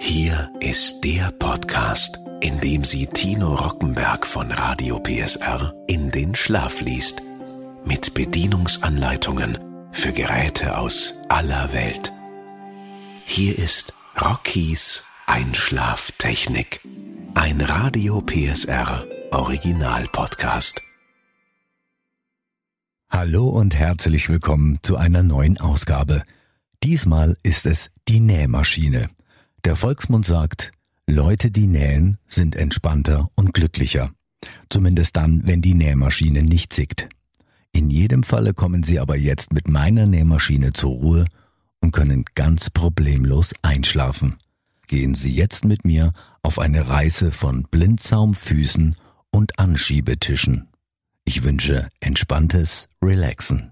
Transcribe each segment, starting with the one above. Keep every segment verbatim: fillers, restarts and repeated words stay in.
Hier ist der Podcast, in dem sie Tino Rockenberg von Radio P S R in den Schlaf liest. Mit Bedienungsanleitungen für Geräte aus aller Welt. Hier ist Rockies Einschlaftechnik. Ein Radio P S R Original-Podcast. Hallo und herzlich willkommen zu einer neuen Ausgabe. Diesmal ist es die Nähmaschine. Der Volksmund sagt, Leute, die nähen, sind entspannter und glücklicher. Zumindest dann, wenn die Nähmaschine nicht zickt. In jedem Falle kommen Sie aber jetzt mit meiner Nähmaschine zur Ruhe und können ganz problemlos einschlafen. Gehen Sie jetzt mit mir auf eine Reise von Blindsaumfüßen und Anschiebetischen. Ich wünsche entspanntes Relaxen.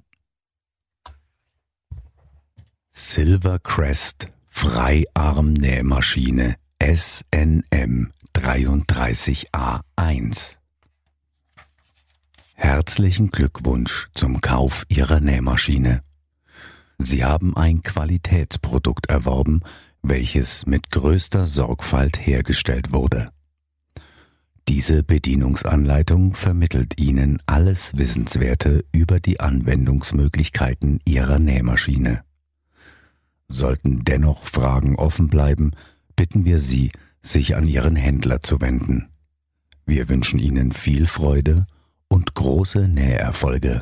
Silvercrest Freiarm-Nähmaschine S N M dreiunddreißig A eins. Herzlichen Glückwunsch zum Kauf Ihrer Nähmaschine. Sie haben ein Qualitätsprodukt erworben, welches mit größter Sorgfalt hergestellt wurde. Diese Bedienungsanleitung vermittelt Ihnen alles Wissenswerte über die Anwendungsmöglichkeiten Ihrer Nähmaschine. Sollten dennoch Fragen offen bleiben, bitten wir Sie, sich an Ihren Händler zu wenden. Wir wünschen Ihnen viel Freude und große Näherfolge.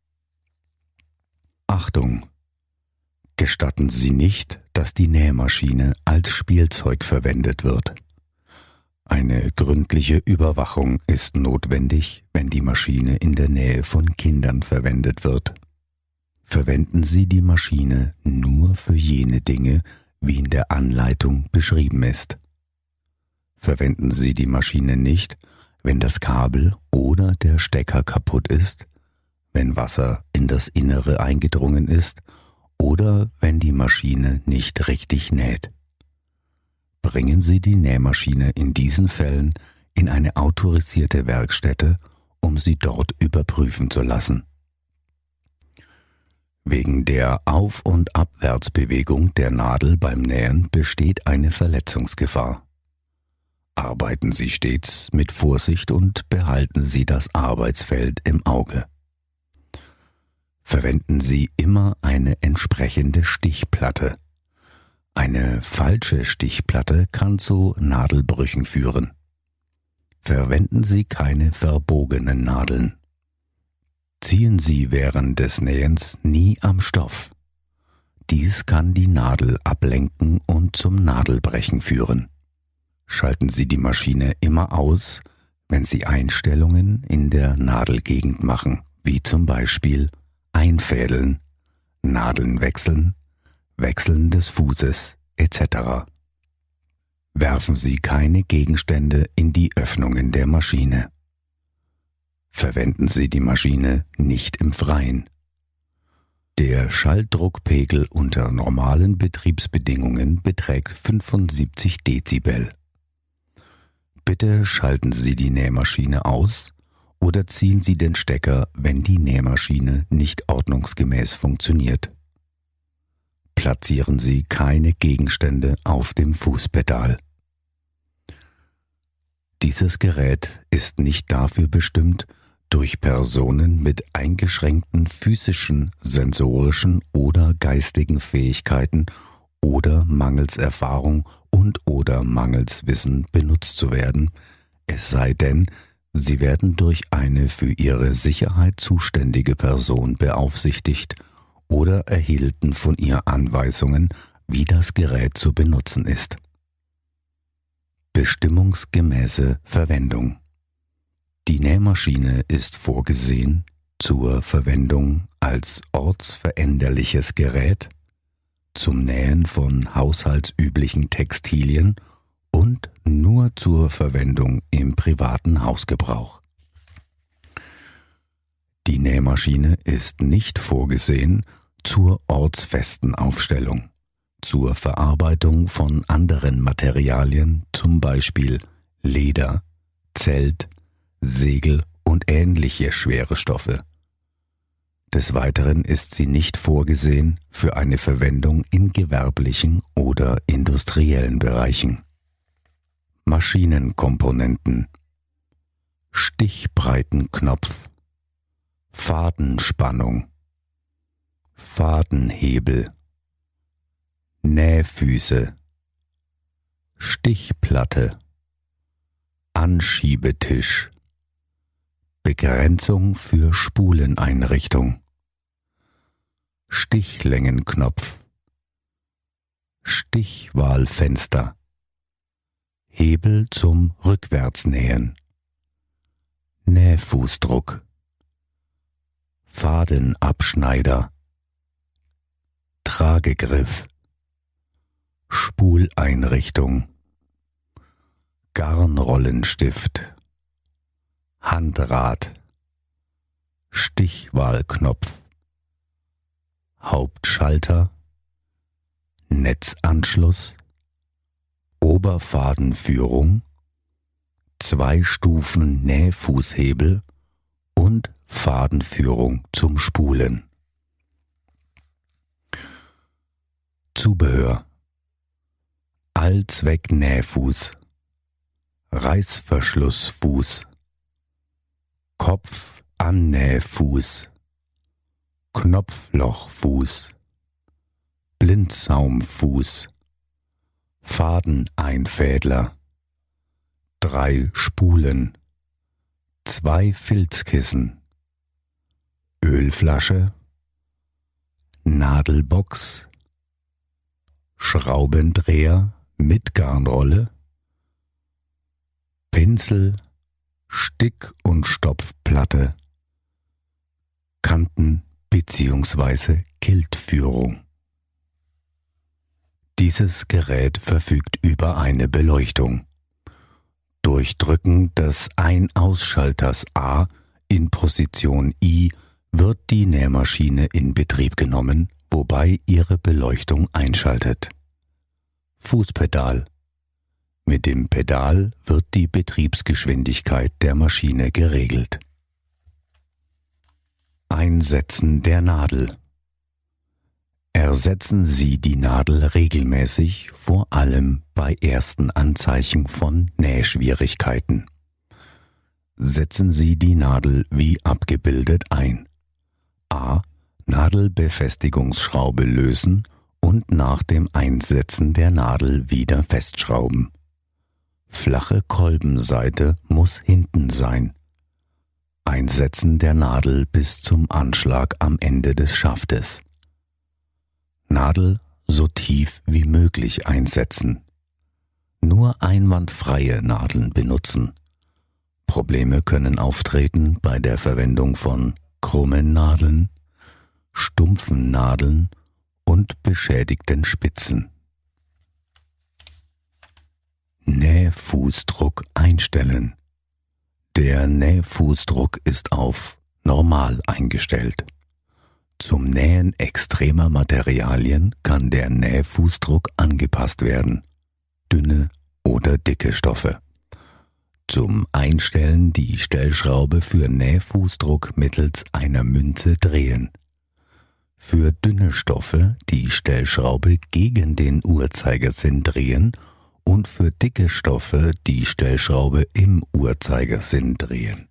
Achtung! Gestatten Sie nicht, dass die Nähmaschine als Spielzeug verwendet wird. Eine gründliche Überwachung ist notwendig, wenn die Maschine in der Nähe von Kindern verwendet wird. Verwenden Sie die Maschine nur für jene Dinge, wie in der Anleitung beschrieben ist. Verwenden Sie die Maschine nicht, wenn das Kabel oder der Stecker kaputt ist, wenn Wasser in das Innere eingedrungen ist oder wenn die Maschine nicht richtig näht. Bringen Sie die Nähmaschine in diesen Fällen in eine autorisierte Werkstätte, um sie dort überprüfen zu lassen. Wegen der Auf- und Abwärtsbewegung der Nadel beim Nähen besteht eine Verletzungsgefahr. Arbeiten Sie stets mit Vorsicht und behalten Sie das Arbeitsfeld im Auge. Verwenden Sie immer eine entsprechende Stichplatte. Eine falsche Stichplatte kann zu Nadelbrüchen führen. Verwenden Sie keine verbogenen Nadeln. Ziehen Sie während des Nähens nie am Stoff. Dies kann die Nadel ablenken und zum Nadelbrechen führen. Schalten Sie die Maschine immer aus, wenn Sie Einstellungen in der Nadelgegend machen, wie zum Beispiel Einfädeln, Nadeln wechseln, Wechseln des Fußes et cetera. Werfen Sie keine Gegenstände in die Öffnungen der Maschine. Verwenden Sie die Maschine nicht im Freien. Der Schalldruckpegel unter normalen Betriebsbedingungen beträgt fünfundsiebzig Dezibel. Bitte schalten Sie die Nähmaschine aus oder ziehen Sie den Stecker, wenn die Nähmaschine nicht ordnungsgemäß funktioniert. Platzieren Sie keine Gegenstände auf dem Fußpedal. Dieses Gerät ist nicht dafür bestimmt, durch Personen mit eingeschränkten physischen, sensorischen oder geistigen Fähigkeiten oder mangels Erfahrung und oder mangels Wissen benutzt zu werden, es sei denn, sie werden durch eine für ihre Sicherheit zuständige Person beaufsichtigt oder erhielten von ihr Anweisungen, wie das Gerät zu benutzen ist. Bestimmungsgemäße Verwendung. Die Nähmaschine ist vorgesehen zur Verwendung als ortsveränderliches Gerät, zum Nähen von haushaltsüblichen Textilien und nur zur Verwendung im privaten Hausgebrauch. Die Nähmaschine ist nicht vorgesehen zur ortsfesten Aufstellung, zur Verarbeitung von anderen Materialien, zum Beispiel Leder, Zelt, Segel und ähnliche schwere Stoffe. Des Weiteren ist sie nicht vorgesehen für eine Verwendung in gewerblichen oder industriellen Bereichen. Maschinenkomponenten, Stichbreitenknopf, Fadenspannung, Fadenhebel, Nähfüße, Stichplatte, Anschiebetisch, Begrenzung für Spuleneinrichtung, Stichlängenknopf, Stichwahlfenster, Hebel zum Rückwärtsnähen, Nähfußdruck, Fadenabschneider, Tragegriff, Spuleinrichtung, Garnrollenstift, Handrad, Stichwahlknopf, Hauptschalter, Netzanschluss, Oberfadenführung, zwei Stufen Nähfußhebel und Fadenführung zum Spulen. Zubehör: Allzweck-Nähfuß, Reißverschlussfuß, Kopf-Annähfuß, Knopflochfuß, Blindsaumfuß, Fadeneinfädler, drei Spulen, zwei Filzkissen, Ölflasche, Nadelbox, Schraubendreher mit Garnrolle, Pinsel, Stick- und Stopfplatte, Kanten- bzw. Kiltführung. Dieses Gerät verfügt über eine Beleuchtung. Durch Drücken des Ein-Ausschalters A in Position I wird die Nähmaschine in Betrieb genommen, wobei ihre Beleuchtung einschaltet. Fußpedal: Mit dem Pedal wird die Betriebsgeschwindigkeit der Maschine geregelt. Einsetzen der Nadel: Ersetzen Sie die Nadel regelmäßig, vor allem bei ersten Anzeichen von Nähschwierigkeiten. Setzen Sie die Nadel wie abgebildet ein. A. Nadelbefestigungsschraube lösen und nach dem Einsetzen der Nadel wieder festschrauben. Flache Kolbenseite muss hinten sein. Einsetzen der Nadel bis zum Anschlag am Ende des Schaftes. Nadel so tief wie möglich einsetzen. Nur einwandfreie Nadeln benutzen. Probleme können auftreten bei der Verwendung von krummen Nadeln, stumpfen Nadeln und beschädigten Spitzen. Nähfußdruck einstellen. Der Nähfußdruck ist auf Normal eingestellt. Zum Nähen extremer Materialien kann der Nähfußdruck angepasst werden. Dünne oder dicke Stoffe. Zum Einstellen die Stellschraube für Nähfußdruck mittels einer Münze drehen. Für dünne Stoffe die Stellschraube gegen den Uhrzeigersinn drehen und für dicke Stoffe die Stellschraube im Uhrzeigersinn drehen.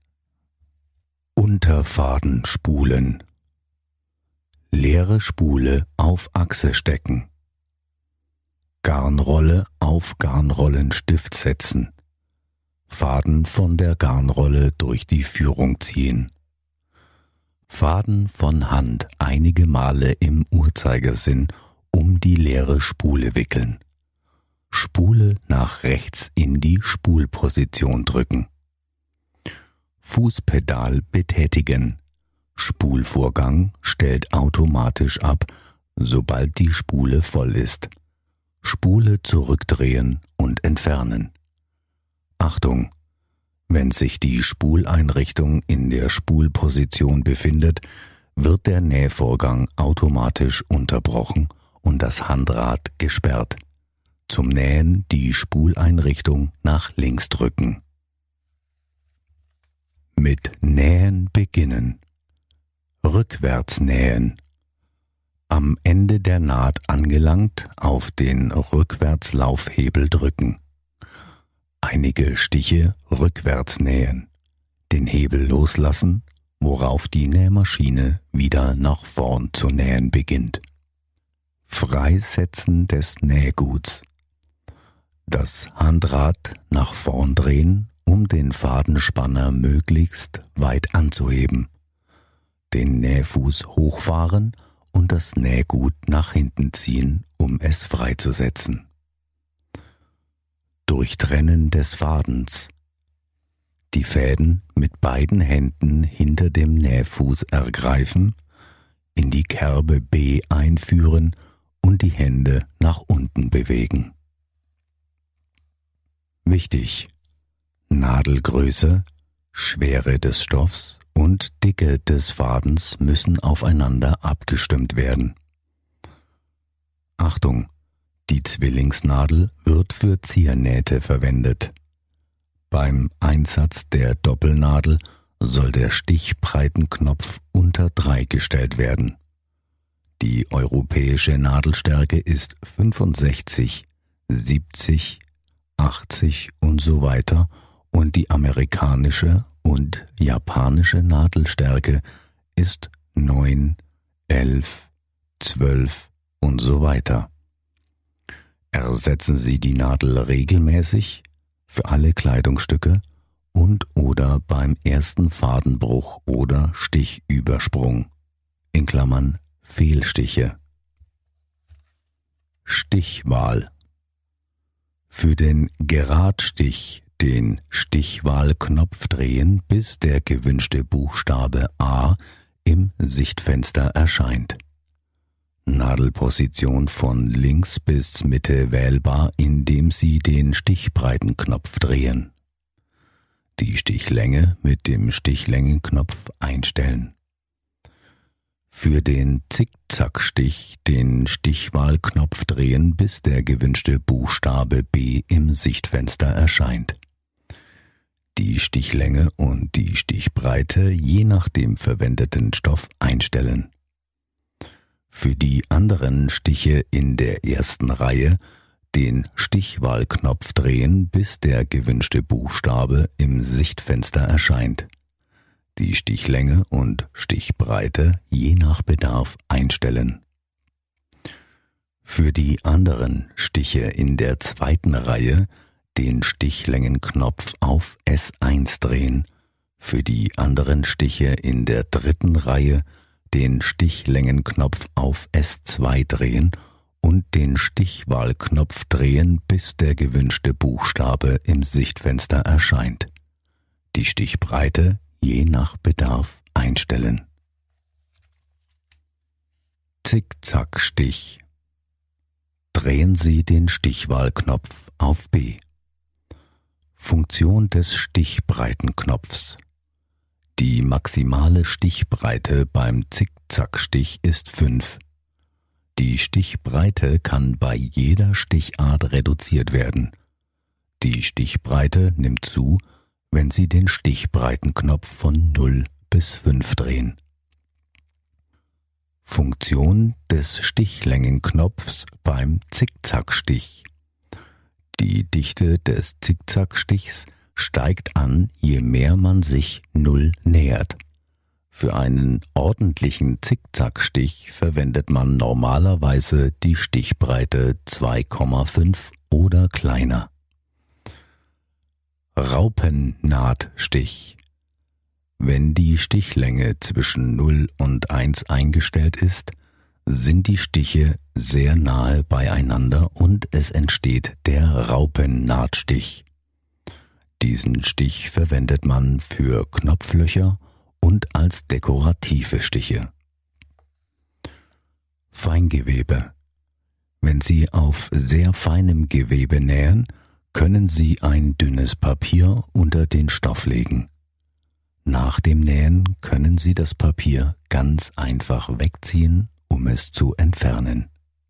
Unterfadenspulen. Leere Spule auf Achse stecken. Garnrolle auf Garnrollenstift setzen. Faden von der Garnrolle durch die Führung ziehen. Faden von Hand einige Male im Uhrzeigersinn um die leere Spule wickeln. Spule nach rechts in die Spulposition drücken. Fußpedal betätigen. Spulvorgang stellt automatisch ab, sobald die Spule voll ist. Spule zurückdrehen und entfernen. Achtung! Wenn sich die Spuleinrichtung in der Spulposition befindet, wird der Nähvorgang automatisch unterbrochen und das Handrad gesperrt. Zum Nähen die Spuleinrichtung nach links drücken. Mit Nähen beginnen. Rückwärts nähen. Am Ende der Naht angelangt auf den Rückwärtslaufhebel drücken. Einige Stiche rückwärts nähen, den Hebel loslassen, worauf die Nähmaschine wieder nach vorn zu nähen beginnt. Freisetzen des Nähguts. Das Handrad nach vorn drehen, um den Fadenspanner möglichst weit anzuheben. Den Nähfuß hochfahren und das Nähgut nach hinten ziehen, um es freizusetzen. Durchtrennen des Fadens. Die Fäden mit beiden Händen hinter dem Nähfuß ergreifen, in die Kerbe B einführen und die Hände nach unten bewegen. Wichtig: Nadelgröße, Schwere des Stoffs und Dicke des Fadens müssen aufeinander abgestimmt werden. Achtung! Die Zwillingsnadel wird für Ziernähte verwendet. Beim Einsatz der Doppelnadel soll der Stichbreitenknopf unter drei gestellt werden. Die europäische Nadelstärke ist fünfundsechzig, siebzig, achtzig und so weiter und die amerikanische und japanische Nadelstärke ist neun, elf, zwölf und so weiter. Ersetzen Sie die Nadel regelmäßig für alle Kleidungsstücke und oder beim ersten Fadenbruch oder Stichübersprung, in Klammern Fehlstiche. Stichwahl. Für den Geradstich den Stichwahlknopf drehen, bis der gewünschte Buchstabe A im Sichtfenster erscheint. Nadelposition von links bis Mitte wählbar, indem Sie den Stichbreitenknopf drehen. Die Stichlänge mit dem Stichlängenknopf einstellen. Für den Zickzackstich den Stichwahlknopf drehen, bis der gewünschte Buchstabe B im Sichtfenster erscheint. Die Stichlänge und die Stichbreite je nach dem verwendeten Stoff einstellen. Für die anderen Stiche in der ersten Reihe den Stichwahlknopf drehen, bis der gewünschte Buchstabe im Sichtfenster erscheint. Die Stichlänge und Stichbreite je nach Bedarf einstellen. Für die anderen Stiche in der zweiten Reihe den Stichlängenknopf auf S eins drehen, für die anderen Stiche in der dritten Reihe den Stichlängenknopf auf S zwei drehen und den Stichwahlknopf drehen, bis der gewünschte Buchstabe im Sichtfenster erscheint. Die Stichbreite je nach Bedarf einstellen. Zickzackstich. Drehen Sie den Stichwahlknopf auf B. Funktion des Stichbreitenknopfs. Die maximale Stichbreite beim Zickzackstich ist fünf. Die Stichbreite kann bei jeder Stichart reduziert werden. Die Stichbreite nimmt zu, wenn Sie den Stichbreitenknopf von null bis fünf drehen. Funktion des Stichlängenknopfs beim Zickzackstich. Die Dichte des Zickzackstichs steigt an, je mehr man sich null nähert. Für einen ordentlichen Zickzackstich verwendet man normalerweise die Stichbreite zwei Komma fünf oder kleiner. Raupennahtstich. Wenn die Stichlänge zwischen null und eins eingestellt ist, sind die Stiche sehr nahe beieinander und es entsteht der Raupennahtstich. Diesen Stich verwendet man für Knopflöcher und als dekorative Stiche. Feingewebe. Wenn Sie auf sehr feinem Gewebe nähen, können Sie ein dünnes Papier unter den Stoff legen. Nach dem Nähen können Sie das Papier ganz einfach wegziehen, um es zu entfernen.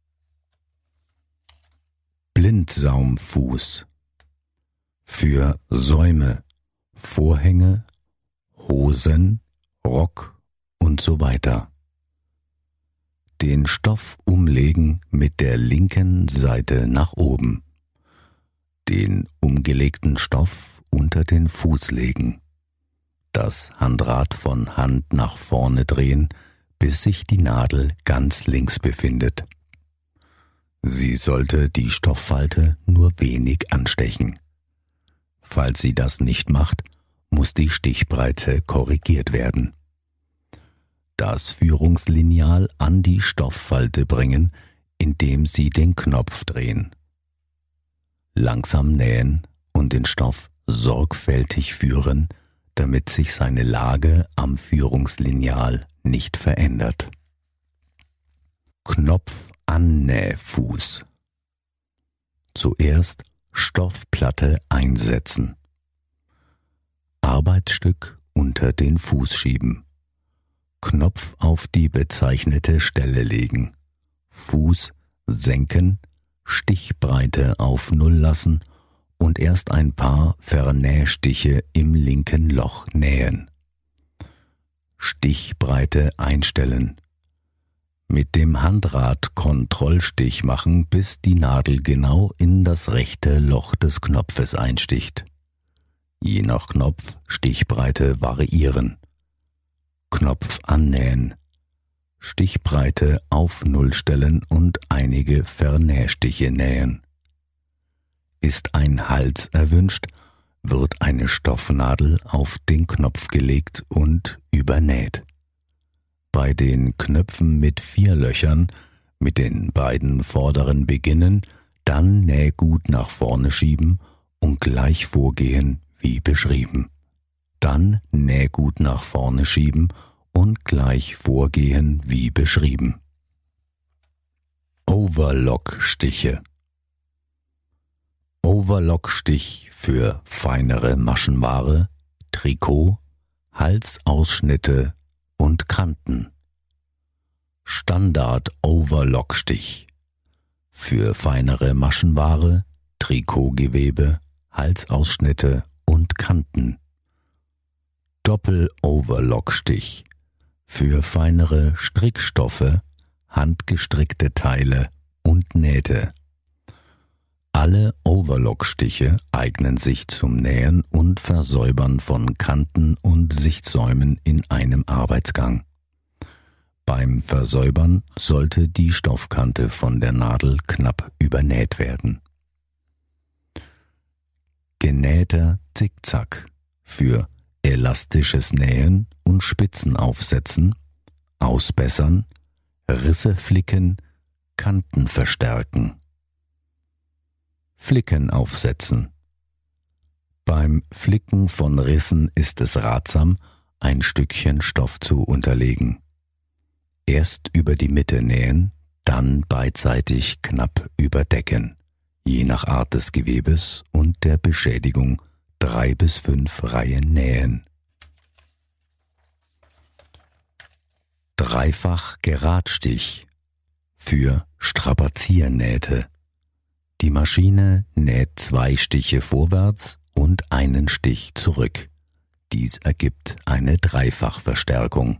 Blindsaumfuß. Für Säume, Vorhänge, Hosen, Rock und so weiter. Den Stoff umlegen mit der linken Seite nach oben. Den umgelegten Stoff unter den Fuß legen. Das Handrad von Hand nach vorne drehen, bis sich die Nadel ganz links befindet. Sie sollte die Stofffalte nur wenig anstechen. Falls sie das nicht macht, muss die Stichbreite korrigiert werden. Das Führungslineal an die Stofffalte bringen, indem Sie den Knopf drehen. Langsam nähen und den Stoff sorgfältig führen, damit sich seine Lage am Führungslineal nicht verändert. Knopfannähfuß. Zuerst Stoffplatte einsetzen. Arbeitsstück unter den Fuß schieben. Knopf auf die bezeichnete Stelle legen. Fuß senken, Stichbreite auf Null lassen und erst ein paar Vernähstiche im linken Loch nähen. Stichbreite einstellen. Mit dem Handrad Kontrollstich machen, bis die Nadel genau in das rechte Loch des Knopfes einsticht. Je nach Knopf Stichbreite variieren. Knopf annähen. Stichbreite auf Null stellen und einige Vernähstiche nähen. Ist ein Hals erwünscht, wird eine Stoffnadel auf den Knopf gelegt und übernäht. Bei den Knöpfen mit vier Löchern mit den beiden vorderen beginnen, dann Nähgut nach vorne schieben und gleich vorgehen wie beschrieben. Dann Nähgut nach vorne schieben und gleich vorgehen wie beschrieben. Overlockstiche. Overlockstich für feinere Maschenware, Trikot, Halsausschnitte und Kanten. Standard-Overlockstich für feinere Maschenware, Trikotgewebe, Halsausschnitte und Kanten. Doppel-Overlockstich für feinere Strickstoffe, handgestrickte Teile und Nähte. Alle Overlockstiche eignen sich zum Nähen und Versäubern von Kanten und Sichtsäumen in einem Arbeitsgang. Beim Versäubern sollte die Stoffkante von der Nadel knapp übernäht werden. Genähter Zickzack für elastisches Nähen und Spitzen aufsetzen, ausbessern, Risse flicken, Kanten verstärken. Flicken aufsetzen. Beim Flicken von Rissen ist es ratsam, ein Stückchen Stoff zu unterlegen. Erst über die Mitte nähen, dann beidseitig knapp überdecken, je nach Art des Gewebes und der Beschädigung drei bis fünf Reihen nähen. Dreifach-Geradstich für Strapaziernähte. Die Maschine näht zwei Stiche vorwärts und einen Stich zurück. Dies ergibt eine Dreifachverstärkung.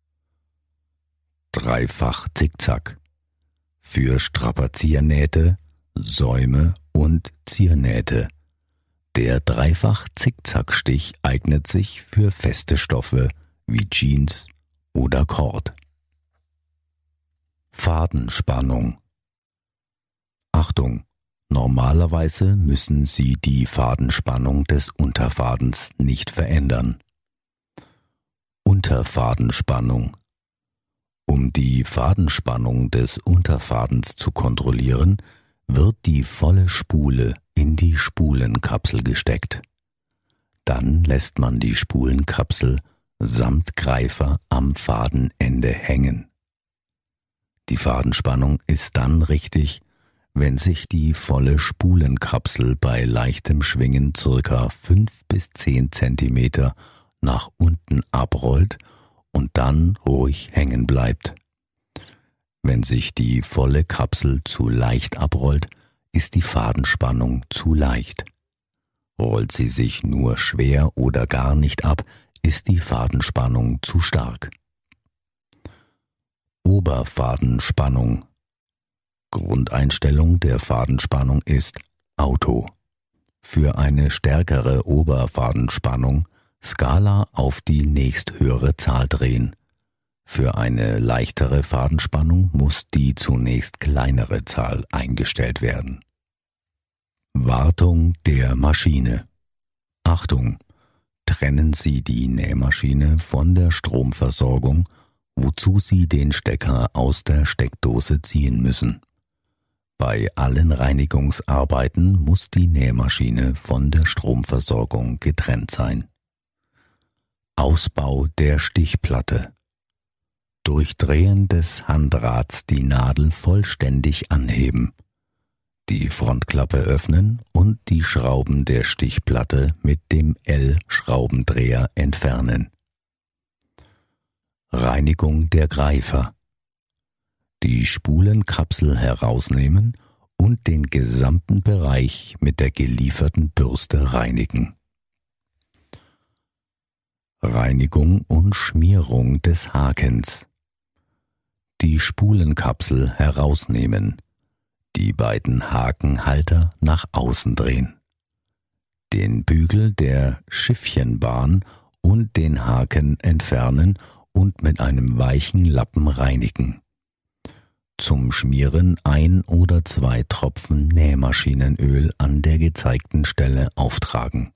Dreifach-Zickzack für Strapaziernähte, Säume und Ziernähte. Der Dreifach-Zickzackstich eignet sich für feste Stoffe wie Jeans oder Kord. Fadenspannung. Achtung! Normalerweise müssen Sie die Fadenspannung des Unterfadens nicht verändern. Unterfadenspannung. Um die Fadenspannung des Unterfadens zu kontrollieren, wird die volle Spule in die Spulenkapsel gesteckt. Dann lässt man die Spulenkapsel samt Greifer am Fadenende hängen. Die Fadenspannung ist dann richtig, wenn sich die volle Spulenkapsel bei leichtem Schwingen circa fünf bis zehn Zentimeter nach unten abrollt und dann ruhig hängen bleibt. Wenn sich die volle Kapsel zu leicht abrollt, ist die Fadenspannung zu leicht. Rollt sie sich nur schwer oder gar nicht ab, ist die Fadenspannung zu stark. Oberfadenspannung. Grundeinstellung der Fadenspannung ist Auto. Für eine stärkere Oberfadenspannung Skala auf die nächsthöhere Zahl drehen. Für eine leichtere Fadenspannung muss die zunächst kleinere Zahl eingestellt werden. Wartung der Maschine. Achtung! Trennen Sie die Nähmaschine von der Stromversorgung, wozu Sie den Stecker aus der Steckdose ziehen müssen. Bei allen Reinigungsarbeiten muss die Nähmaschine von der Stromversorgung getrennt sein. Ausbau der Stichplatte. Durch Drehen des Handrads die Nadel vollständig anheben, die Frontklappe öffnen und die Schrauben der Stichplatte mit dem L-Schraubendreher entfernen. Reinigung der Greifer. Die Spulenkapsel herausnehmen und den gesamten Bereich mit der gelieferten Bürste reinigen. Reinigung und Schmierung des Hakens. Die Spulenkapsel herausnehmen, die beiden Hakenhalter nach außen drehen, den Bügel der Schiffchenbahn und den Haken entfernen und mit einem weichen Lappen reinigen. Zum Schmieren ein oder zwei Tropfen Nähmaschinenöl an der gezeigten Stelle auftragen.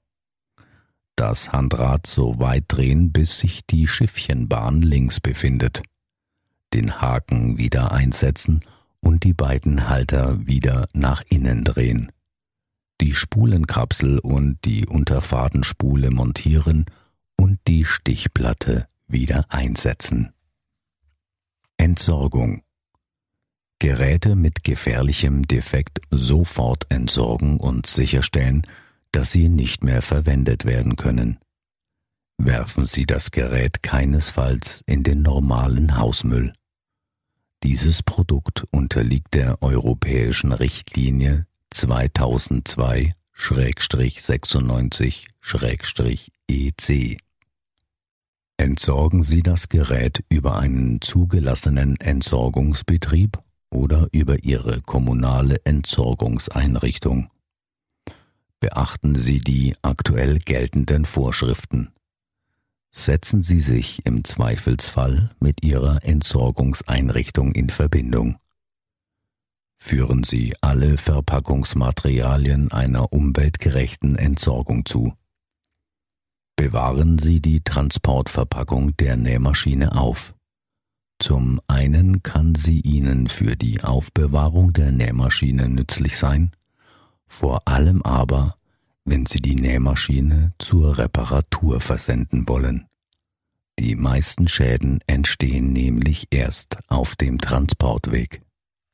Das Handrad so weit drehen, bis sich die Schiffchenbahn links befindet. Den Haken wieder einsetzen und die beiden Halter wieder nach innen drehen. Die Spulenkapsel und die Unterfadenspule montieren und die Stichplatte wieder einsetzen. Entsorgung. Geräte mit gefährlichem Defekt sofort entsorgen und sicherstellen, dass sie nicht mehr verwendet werden können. Werfen Sie das Gerät keinesfalls in den normalen Hausmüll. Dieses Produkt unterliegt der europäischen Richtlinie zweitausendzwei sechsundneunzig E C. Entsorgen Sie das Gerät über einen zugelassenen Entsorgungsbetrieb oder über Ihre kommunale Entsorgungseinrichtung. Beachten Sie die aktuell geltenden Vorschriften. Setzen Sie sich im Zweifelsfall mit Ihrer Entsorgungseinrichtung in Verbindung. Führen Sie alle Verpackungsmaterialien einer umweltgerechten Entsorgung zu. Bewahren Sie die Transportverpackung der Nähmaschine auf. Zum einen kann sie Ihnen für die Aufbewahrung der Nähmaschine nützlich sein, vor allem aber, wenn Sie die Nähmaschine zur Reparatur versenden wollen. Die meisten Schäden entstehen nämlich erst auf dem Transportweg.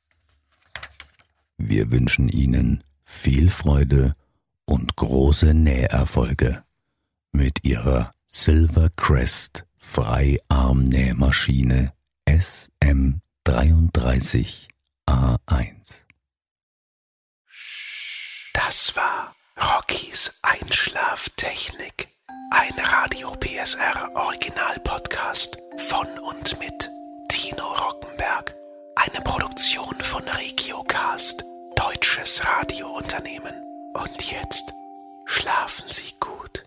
Wir wünschen Ihnen viel Freude und große Näherfolge mit Ihrer Silvercrest Freiarm-Nähmaschine S M dreiunddreißig A eins. Das war Rockys Einschlaftechnik, ein Radio P S R Original Podcast von und mit Tino Rockenberg, eine Produktion von Regiocast, deutsches Radiounternehmen. Und jetzt schlafen Sie gut.